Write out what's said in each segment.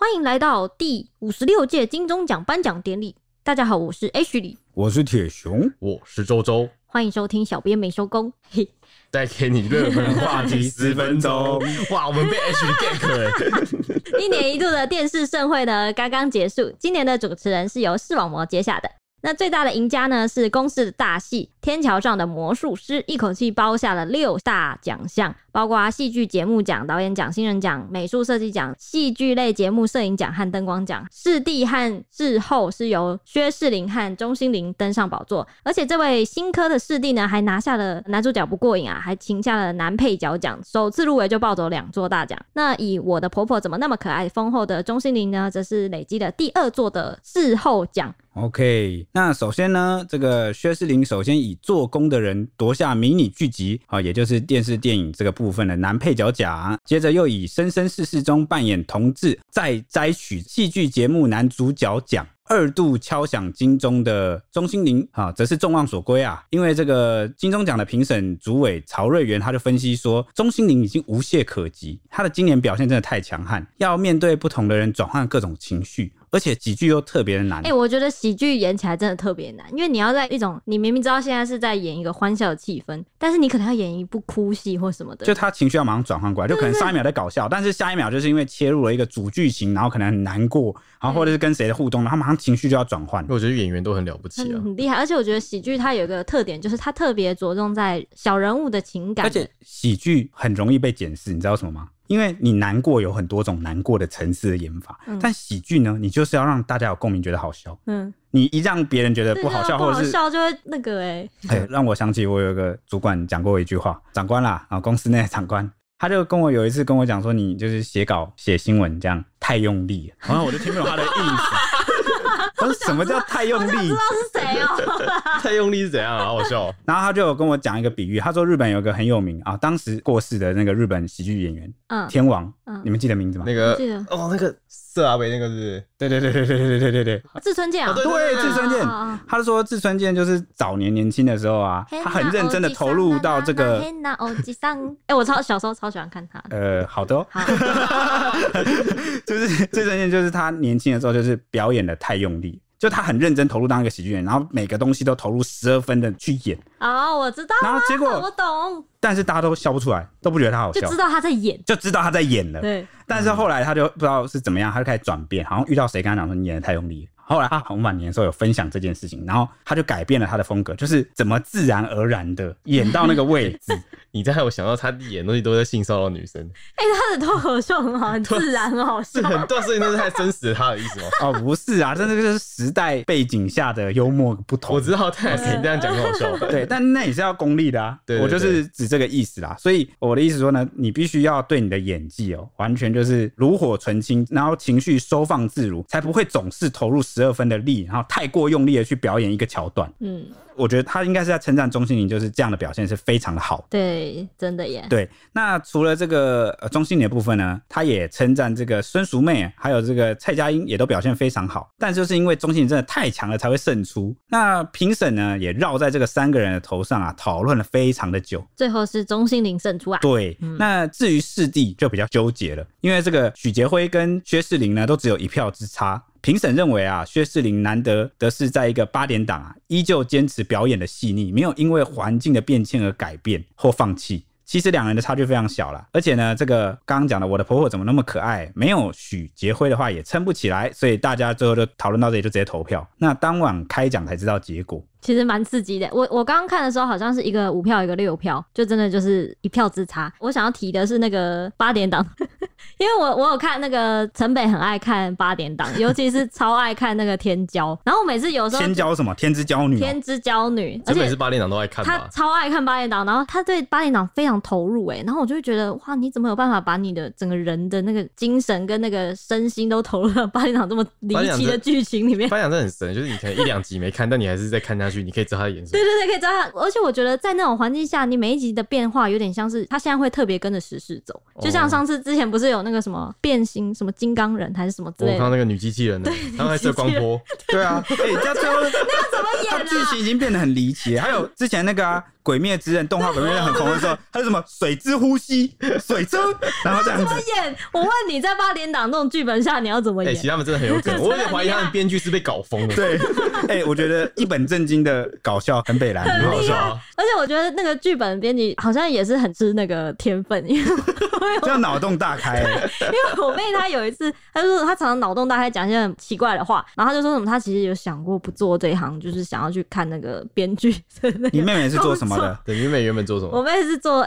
欢迎来到第56届金钟奖颁奖典礼。大家好，我是 H 李， 我是铁熊， 我是周周。 欢迎收听小编没收工。嘿， 再给你热门话题10分钟。哇，我们被 H 李 gank 一年一度的电视盛会呢刚刚结束，今年的主持人是由视网膜接下的。那最大的赢家呢是公视的大戏《天桥上的魔术师》，一口气包下了6大奖项，包括戏剧节目奖、导演奖、新人奖、美术设计奖、戏剧类节目摄影奖和灯光奖。视帝和视后是由薛仕凌和钟欣凌登上宝座，而且这位新科的视帝呢还拿下了男主角不过瘾啊，还擒下了男配角奖，首次入围就抱走2座大奖。那以我的婆婆怎么那么可爱丰厚的钟欣凌呢，则是累积了第2座的视后奖。 OK， 那首先呢，这个薛仕凌首先以做工的人夺下迷你剧集也就是电视电影这个部分的男配角奖，接着又以生生世世中扮演同志再摘取戏剧节目男主角奖。2度敲响金钟的钟欣凌则是众望所归啊，因为这个金钟奖的评审主委曹瑞元他就分析说，钟欣凌已经无懈可击，他的今年表现真的太强悍，要面对不同的人转换各种情绪，而且喜剧又特别的难。 我觉得喜剧演起来真的特别难，因为你要在一种你明明知道现在是在演一个欢笑的气氛，但是你可能要演一部哭戏或什么的， 就他情绪要马上转换过来，就可能上一秒在搞笑，但是下一秒就是因为切入了一个主剧情，然后可能很难过，然后或者是跟谁的互动，然后马上情绪就要转换。 我觉得演员都很了不起啊， 很厉害。而且我觉得喜剧它有一个特点，就是它特别着重在小人物的情感， 而且喜剧很容易被检视，你知道什么吗？因为你难过有很多种难过的层次的演法，但喜剧呢，你就是要让大家有共鸣，觉得好笑。你一让别人觉得不好笑，或者是不好笑就会那个让我想起我有一个主管讲过一句话，长官啦，公司内的长官，他就跟我有一次跟我讲说，你就是写稿写新闻这样太用力了，然后我就听不懂他的意思。他说什么叫太用力？ 我想知道是谁太用力是怎样啊？好笑。 然后他就有跟我讲一个比喻，他说日本有个很有名当时过世的那个日本喜剧演员天王，你们记得名字吗？ 那个那个色阿北那个是？ 对， 志村健对，志村健。他就说志村健就是早年轻的时时候他很认真的投入到这个。 我小时候超喜欢看他。 好的好就是志村健就是他年轻的时候就是表演的太用力。就他很认真投入当一个喜剧演员，然后每个东西都投入12分的去演。 我知道然后结果我懂， 但是大家都笑不出来，都不觉得他好笑， 就知道他在演了。 对，但是后来他就不知道是怎么样，他就开始转变，好像遇到谁跟他讲说你演得太用力了。后来他红晚年的时候有分享这件事情，然后他就改变了他的风格，就是怎么自然而然的演到那个位置。 你在害我想到他演的东西都在性骚扰女生。 他的脱口秀很好，很自然，很好笑。 是很对，所以那是太真实的他的意思吗？ 不是啊，这就是时代背景下的幽默不同。 我知道他可以这样讲很好笑。 对，但那也是要功利的啊。对，我就是指这个意思啦。所以我的意思说呢，你必须要对你的演技完全就是炉火纯青，然后情绪收放自如，才不会总是投入12分的力，然后太过用力的去表演一个桥段。我觉得他应该是在称赞钟欣凌，就是这样的表现是非常的好。 对，真的耶。 对，那除了这个钟欣凌的部分呢，他也称赞这个孙淑媚还有这个蔡佳音也都表现非常好，但就是因为钟欣凌真的太强了才会胜出。那评审呢也绕在这个3个人的头上讨论了非常的久， 最后是钟欣凌胜出啊。 对，那至于视帝就比较纠结了，因为这个许杰辉跟薛仕凌呢都只有1票之差。评审认为薛仕凌难得的是在一个8点档依旧坚持表演的细腻，没有因为环境的变迁而改变或放弃。其实2人的差距非常小啦，而且呢，这个刚刚讲的我的婆婆怎么那么可爱，没有许杰辉的话也撑不起来，所以大家最后就讨论到这里，就直接投票。那当晚开奖才知道结果。 其实蛮刺激的。我刚刚看的时候好像是一个5票一个6票，就真的就是1票之差。我想要提的是那个8点档因为我有看那个陈北很爱看8点档，尤其是超爱看那个天骄。然后我每次有时候天骄什么天之娇女天之娇女， 陈北是8点档都爱看吧？ 他超爱看8点档，然后他对8点档非常投入然后我就会觉得哇，你怎么有办法把你的整个人的那个精神跟那个身心都投入到8点档这么离奇的剧情里面？8 点档真的很神，就是你可能1-2集没看，但你还是在看下去，你可以知道他的演什么。 对，可以知道他。而且我觉得在那种环境下，你每一集的变化有点像是他现在会特别跟着时事走，就像上次之前不是有那个什么变形什么金刚人还是什么之类的， 我看到那个女机器人，然后还射光波。 对啊，那要怎么演啊？剧情已经变得很离奇。还有之前那个鬼灭之刃》动画《鬼灭之刃》很红的时候，他是什么水之呼吸、水车，然后这样子怎么演？我问你在8点档那种剧本下，你要怎么演？ 其实他们真的很有梗，我有点怀疑他们编剧是被搞疯了。 对，我觉得一本正经的搞笑很北蓝， 很好笑而且我觉得那个剧本编辑好像也是很吃那个天分，因为这样脑洞大开。 因为我妹她有一次，她就说她常常脑洞大开，讲一些很奇怪的话，然后她就说什么她其实有想过不做这一行，就是想要去看那个编剧的那个。 你妹妹是做什么的？ 对，你妹原本做什么？ 我妹是做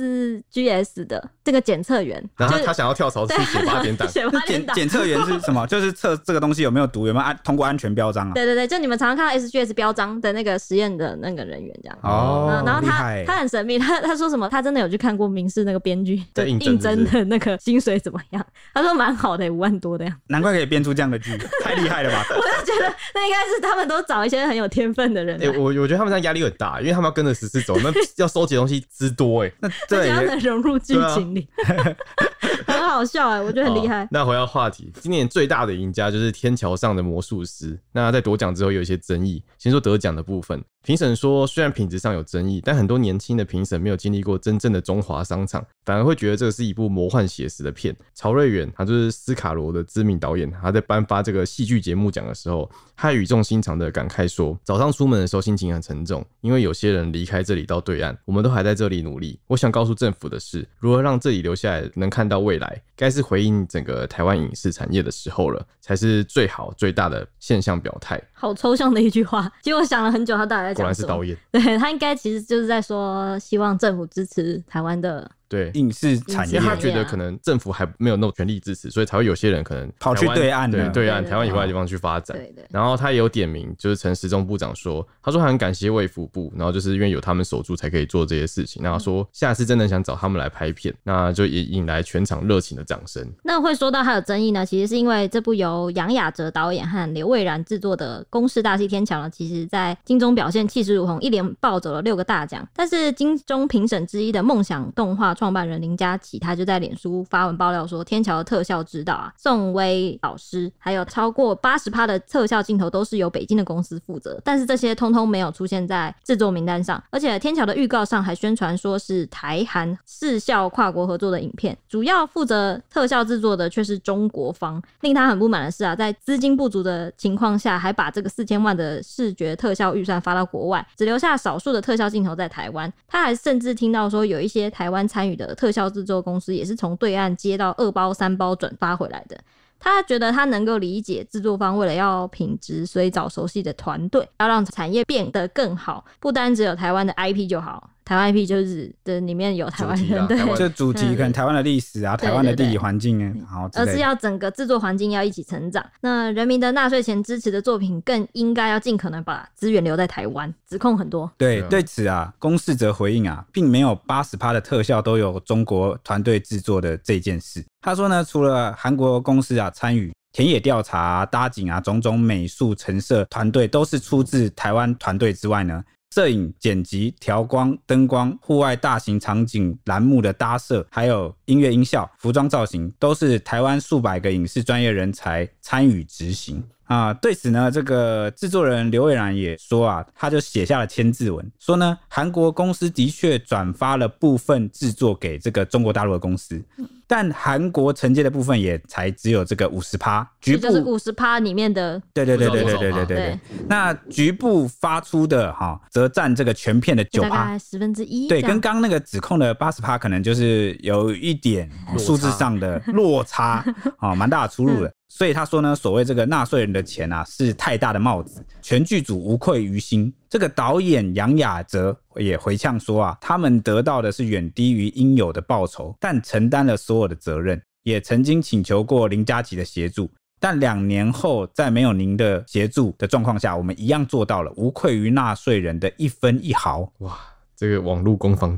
A4GS 的这个检测员， 然后她想要跳槽去写8点档。 检测员是什么？就是测这个东西有没有毒，有没有通过安全标章啊？ 对对对，就你们常常看到 SGS 标章的那个实验的那个人员这样。 哦， 然后厉害他很神秘，他说什么？他真的有去看过民视那个编剧的应应征的那个薪水怎么样？他说蛮好的，5万多的样。 难怪可以编出这样的剧，太厉害了吧？ 我就觉得那应该是他们都找一些很有天分的人。 我觉得他们这样压力很大，因为他们要跟着时事走，那要收集的东西之多那对，要能融入剧情里，很好笑我觉得很厉害。 那回到话题，今年最大的赢家就是天桥上的魔术师。那在夺奖之后有一些争议，先说得奖的部分。评审说，虽然品质上有争议，但很多年轻的评审没有经历过真正的中华商场，反而会觉得这个是一部魔幻写实的片。曹瑞远，他就是斯卡罗的知名导演，他在颁发这个戏剧节目奖的时候，他语重心长的感慨说，早上出门的时候心情很沉重，因为有些人离开这里到对岸，我们都还在这里努力。我想告诉政府的是，如何让这里留下来能看到未来，该是回应整个台湾影视产业的时候了，才是最好最大的现象表态。 好抽象的一句话，结果想了很久，他到底在讲什么？ 果然是导演。 对，他应该其实就是在说，希望政府支持台湾的对影视产业， 因为他觉得可能政府还没有那种全力支持，所以才会有些人可能跑去对岸了， 对岸台湾以外的地方去发展。 对对。 然后他也有点名，就是陈时中部长说，他说他很感谢卫福部，然后就是因为有他们守住才可以做这些事情。然后说下次真的想找他们来拍片，那就也引来全场热情的掌声。 那会说到他有争议呢，其实是因为这部由杨雅哲导演和刘蔚然制作的公视大戏《天桥》呢，其实在金钟表现气势如虹，一连抱走了6个大奖。但是金钟评审之一的梦想动画创办人林家琪，他就在脸书发文爆料说，天桥的特效指导宋威老师还有超过 80% 的特效镜头都是由北京的公司负责，但是这些通通没有出现在制作名单上。而且天桥的预告上还宣传说是台韩视效跨国合作的影片，主要负责特效制作的却是中国方。令他很不满的是在资金不足的情况下，还把这个4000万的视觉特效预算发到国外，只留下少数的特效镜头在台湾。他还甚至听到说，有一些台湾参与的特效制作公司也是从对岸接到2包3包转发回来的。他觉得他能够理解制作方为了要品质，所以找熟悉的团队，要让产业变得更好，不单只有台湾的 IP 就好。台湾 IP 就是的里面有台湾人，对， 就主题可能台湾的历史啊，台湾的地理环境啊， 而是要整个制作环境要一起成长。那人民的纳税钱支持的作品，更应该要尽可能把资源留在台湾。指控很多， 对此公视则回应并没有 80% 的特效都有中国团队制作的这件事。他说呢，除了韩国公司参与田野调查搭景种种美术陈设团队都是出自台湾团队之外呢，摄影、剪辑、调光、灯光、户外大型场景栏目的搭设，还有音乐音效、服装造型，都是台湾数百个影视专业人才参与执行。对此呢，这个制作人刘蔚然也说他就写下了签字文，说呢，韩国公司的确转发了部分制作给这个中国大陆的公司，但韩国承接的部分也才只有这个 50%， 局部就是 50% 里面的， 对，那局部发出的则占这个全片的 9%， 大概1/10。 对，跟刚那个指控的 80% 可能就是有一点数字上的落差蛮大的出入的。所以他说呢，所谓这个纳税人的钱是太大的帽子，全剧组无愧于心。这个导演杨雅哲也回呛说他们得到的是远低于应有的报酬，但承担了所有的责任，也曾经请求过林家琪的协助，但2年后在没有您的协助的状况下，我们一样做到了，无愧于纳税人的1分1毫。 哇，这个网络攻防战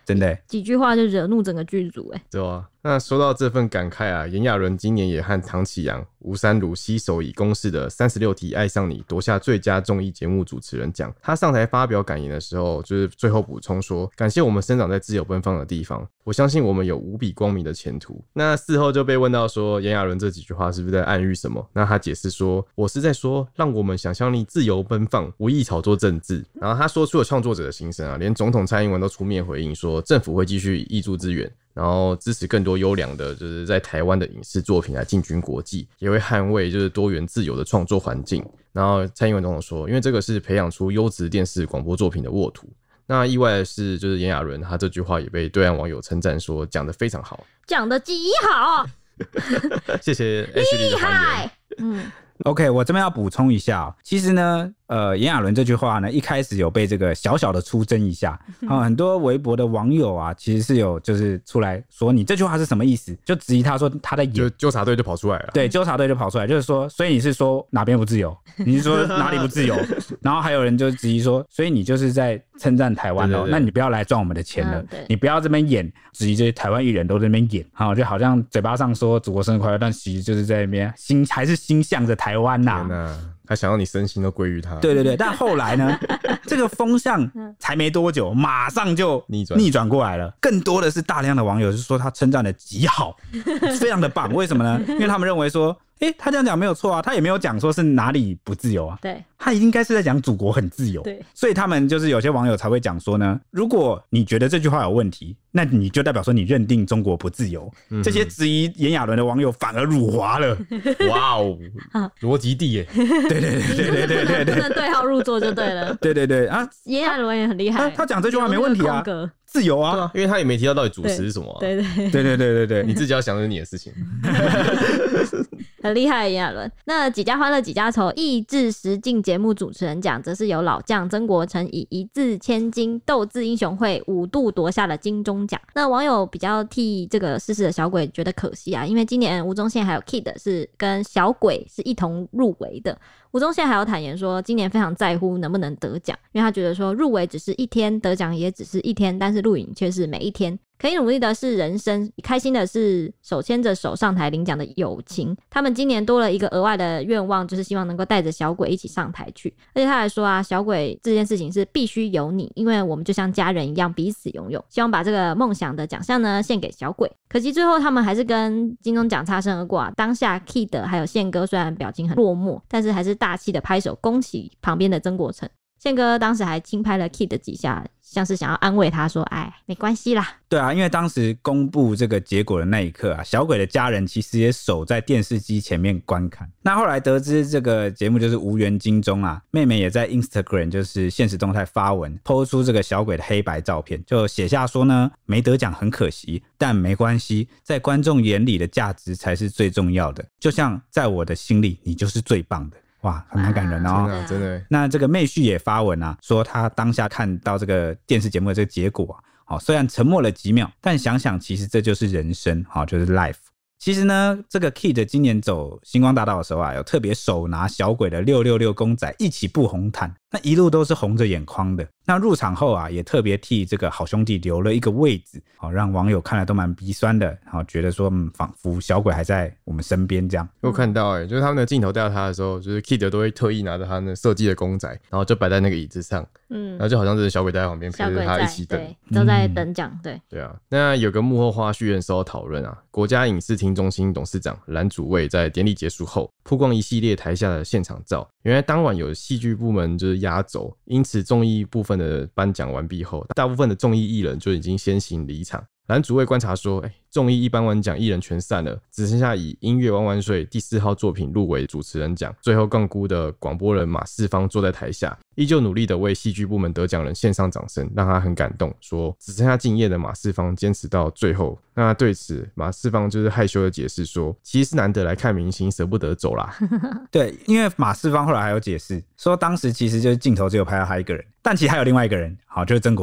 真的几句话就惹怒整个剧组对啊。那说到这份感慨啊，炎亚纶今年也和唐启阳、吴珊如携手以公视的36题爱上你夺下最佳综艺节目主持人奖。他上台发表感言的时候，就是最后补充说，感谢我们生长在自由奔放的地方，我相信我们有无比光明的前途。那事后就被问到说，炎亚纶这几句话是不是在暗喻什么？那他解释说，我是在说让我们想象力自由奔放，无意炒作政治。然后他说出了创作者的心声啊，连总统蔡英文都出面回应说，政府会继续挹注资源，然后支持更多优良的就是在台湾的影视作品来进军国际，也会捍卫就是多元自由的创作环境。然后蔡英文总统说，因为这个是培养出优质电视广播作品的沃土。那意外的是，就是炎亚纶他这句话也被对岸网友称赞说讲得非常好， 讲得极好， 谢谢 Ashley 的还原。 OK， 我这边要补充一下其实呢，炎亚纶这句话呢，一开始有被这个小小的出征一下，很多微博的网友啊，其实是有就是出来说你这句话是什么意思，就质疑他说他在演， 就纠察队就跑出来了， 对，纠察队就跑出来，就是说，所以你是说哪边不自由？你是说哪里不自由？然后还有人就质疑说，所以你就是在称赞台湾那你不要来赚我们的钱了，你不要这边演，质疑这些台湾艺人都在那边演，就好像嘴巴上说祖国生日快乐，但其实就是在那边还是心向着台湾呐。 他想要你身心都归于他。 对对对，但后来呢，这个风向才没多久，马上就逆转过来了。更多的是大量的网友是说他称赞的极好，非常的棒。为什么呢？因为他们认为说，他这样讲没有错啊，他也没有讲说是哪里不自由啊， 对， 他应该是在讲祖国很自由， 对， 所以他们就是有些网友才会讲说呢，如果你觉得这句话有问题，那你就代表说你认定中国不自由。这些质疑炎亚纶的网友反而辱华了， 哇哦，逻辑帝耶， 对对对对对对对， 不能对号入座就对了， 对对对啊， 炎亚纶也很厉害， 他讲这句话没问题啊，自由啊， 因为他也没提到到底主食是什么， 对对对对对对对， 你自己要想的是你的事情。 很厉害的炎亚纶。那几家欢乐几家愁益智实境节目主持人奖，则是由老将曾国城以一字千金斗智英雄会5度夺下了金钟奖。那网友比较替这个逝世的小鬼觉得可惜啊，因为今年吴宗宪还有 Kid 是跟小鬼是一同入围的。吴宗宪还有坦言说，今年非常在乎能不能得奖，因为他觉得说入围只是一天，得奖也只是一天，但是录影却是每一天。可以努力的是人生，开心的是手牵着手上台领奖的友情。他们今年多了一个额外的愿望，就是希望能够带着小鬼一起上台去。而且他还说啊，小鬼这件事情是必须有你，因为我们就像家人一样彼此拥有。希望把这个梦想的奖项呢献给小鬼。可惜最后他们还是跟金钟奖擦身而过啊。当下 Kid 还有宪哥虽然表情很落寞，但是还是大气的拍手恭喜旁边的曾国城。宪哥当时还轻拍了 Kid 几下，像是想要安慰他说，哎，没关系啦。 对啊，因为当时公布这个结果的那一刻啊，小鬼的家人其实也守在电视机前面观看。那后来得知这个节目就是无缘金钟啊，妹妹也在 Instagram 就是限时动态发文 po 出这个小鬼的黑白照片，就写下说呢，没得奖很可惜，但没关系，在观众眼里的价值才是最重要的，就像在我的心里你就是最棒的。哇，很蛮感人哦， 真的。 那这个妹婿也发文啊，说他当下看到这个电视节目的这个结果啊，虽然沉默了几秒，但想想其实这就是人生，就是 life。其实呢，这个 Kid 今年走星光大道的时候啊，有特别手拿小鬼的666公仔一起步红毯，那一路都是红着眼眶的。那入场后啊，也特别替这个好兄弟留了一个位置，让网友看了都蛮鼻酸的，觉得说仿佛小鬼还在我们身边这样。 我看到就是他们的镜头带到他的时候，就是 Kid 都会特意拿着他那设计的公仔，然后就摆在那个椅子上，然后就好像是小鬼在旁边陪着他一起等， 对，都在等奖，对啊。那有个幕后花絮的时候讨论啊，国家影视厅中心董事长蓝祖蔚在典礼结束后曝光一系列台下的现场照，原来当晚有戏剧部门就是压轴，因此综艺部分的颁奖完毕后，大部分的综艺艺人就已经先行离场。蓝祖蔚观察说，综艺一颁完奖，艺人全散了，只剩下以音乐万万岁第4号作品入围主持人奖。最后槓估的广播人马世芳坐在台下，依旧努力的为戏剧部门得奖人献上掌声，让他很感动，说只剩下敬业的马世芳坚持到最后。那对此马世芳就是害羞的解释说，其实是难得来看明星，舍不得走啦。 对，因为马世芳后来还有解释说，当时其实就是镜头只有拍到他一个人，但其实还有另外一个人，就是曾国城。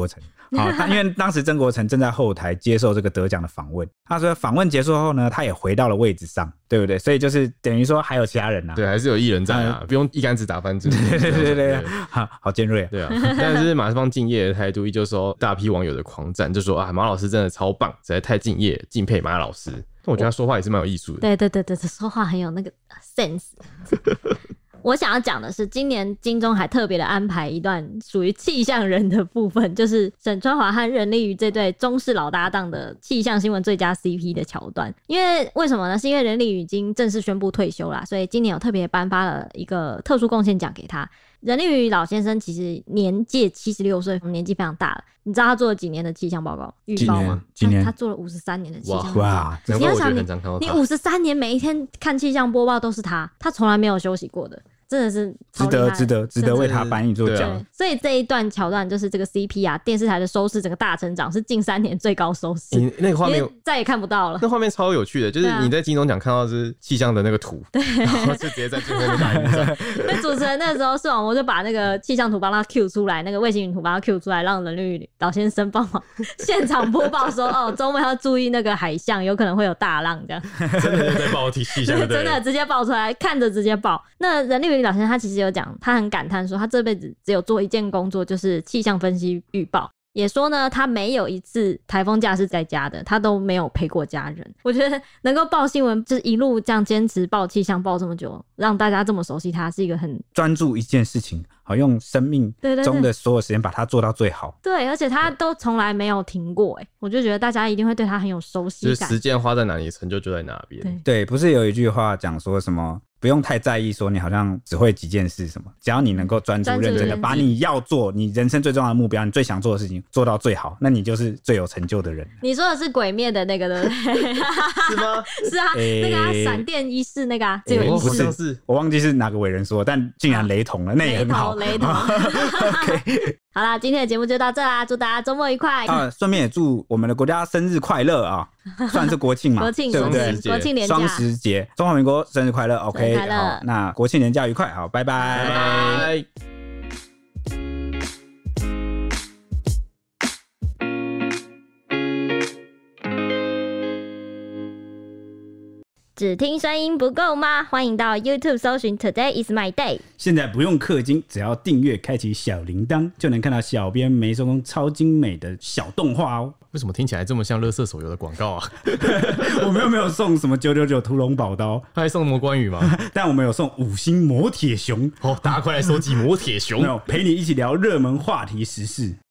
因为当时曾国城正在后台接受这个得奖的访问，他说访问结束后呢，他也回到了位置上，对不对？所以就是等于说还有其他人啊， 对，还是有艺人在啊，不用一竿子打翻整。 对，好尖锐， 对啊。但是马世芳敬业的态度依旧受大批网友的狂赞，就说啊，马老师真的超棒，实在太敬业，敬佩马老师。但我觉得他说话也是蛮有艺术的。 对，说话很有那个 sense。我想要讲的是，今年金钟还特别的安排一段属于气象人的部分，就是沈川华和任丽瑜这对中式老搭档的气象新闻最佳 CP 的桥段。因为什么呢？是因为任丽瑜已经正式宣布退休啦，所以今年有特别颁发了一个特殊贡献奖给他。任丽瑜老先生其实年届76岁，年纪非常大了。你知道他做了几年的气象报告预报吗？ 几年？ 他做了53年的气象报告。 哇！难怪我觉得很常看到他。 你53年每一天看气象播报都是他从来没有休息过的。真的是值得为他颁一座奖。 所以这一段桥段就是这个 CP 啊，电视台的收视整个大成长，是近3年最高收视。 那个画面再也看不到了。 那画面超有趣的，就是你在金钟奖看到的是气象的那个图，对，然后就直接在最后面大荧幕上。 那主持人那时候视网膜就把那个气象图帮他 Q 出来，那个卫星云图帮他 Q 出来，让任丽瑜老先生帮忙现场播报说，哦，周末要注意那个海象，有可能会有大浪这样。 真的就在报气象， 真的直接报出来，看着直接报。那任丽瑜老先生他其实有讲，他很感叹说，他这辈子只有做一件工作，就是气象分析预报。也说呢，他没有一次台风假是在家的，他都没有陪过家人。我觉得能够报新闻，就是一路这样坚持报气象报这么久，让大家这么熟悉他，是一个很专注一件事情，好用生命中的所有时间把它做到最好。 对，而且他都从来没有停过，我就觉得大家一定会对他很有熟悉感。 就是时间花在哪里，成就就在哪边。 对，不是有一句话讲说什么？不用太在意说你好像只会几件事什么，只要你能够专注认真的把你要做你人生最重要的目标，你最想做的事情做到最好，那你就是最有成就的人。 你说的是鬼灭的那个对不对？ 是吗？ 是啊，那个闪电仪式那个啊，这个仪式不是，我忘记是哪个伟人说，但竟然雷同了，那也很好。 雷同。OK， 好啦，今天的节目就到这啦，祝大家周末愉快啊！ 顺便也祝我们的国家生日快乐啊！算是国庆嘛，对不对？ 国庆连假， 双十节，中华民国生日快乐 ！OK， 好，那国庆连假愉快，好，拜拜， 拜拜。 只听声音不够吗？欢迎到 YouTube 搜寻 Today is my day。 现在不用氪金，只要订阅开启小铃铛，就能看到小编没收工超精美的小动画哦。 为什么听起来这么像垃圾手游的广告啊？ 我们又没有送什么999屠龙宝刀， 他还送魔关羽吗？ 但我们有送5星魔铁熊。 大家快来收集魔铁熊， 陪你一起聊热门话题时事。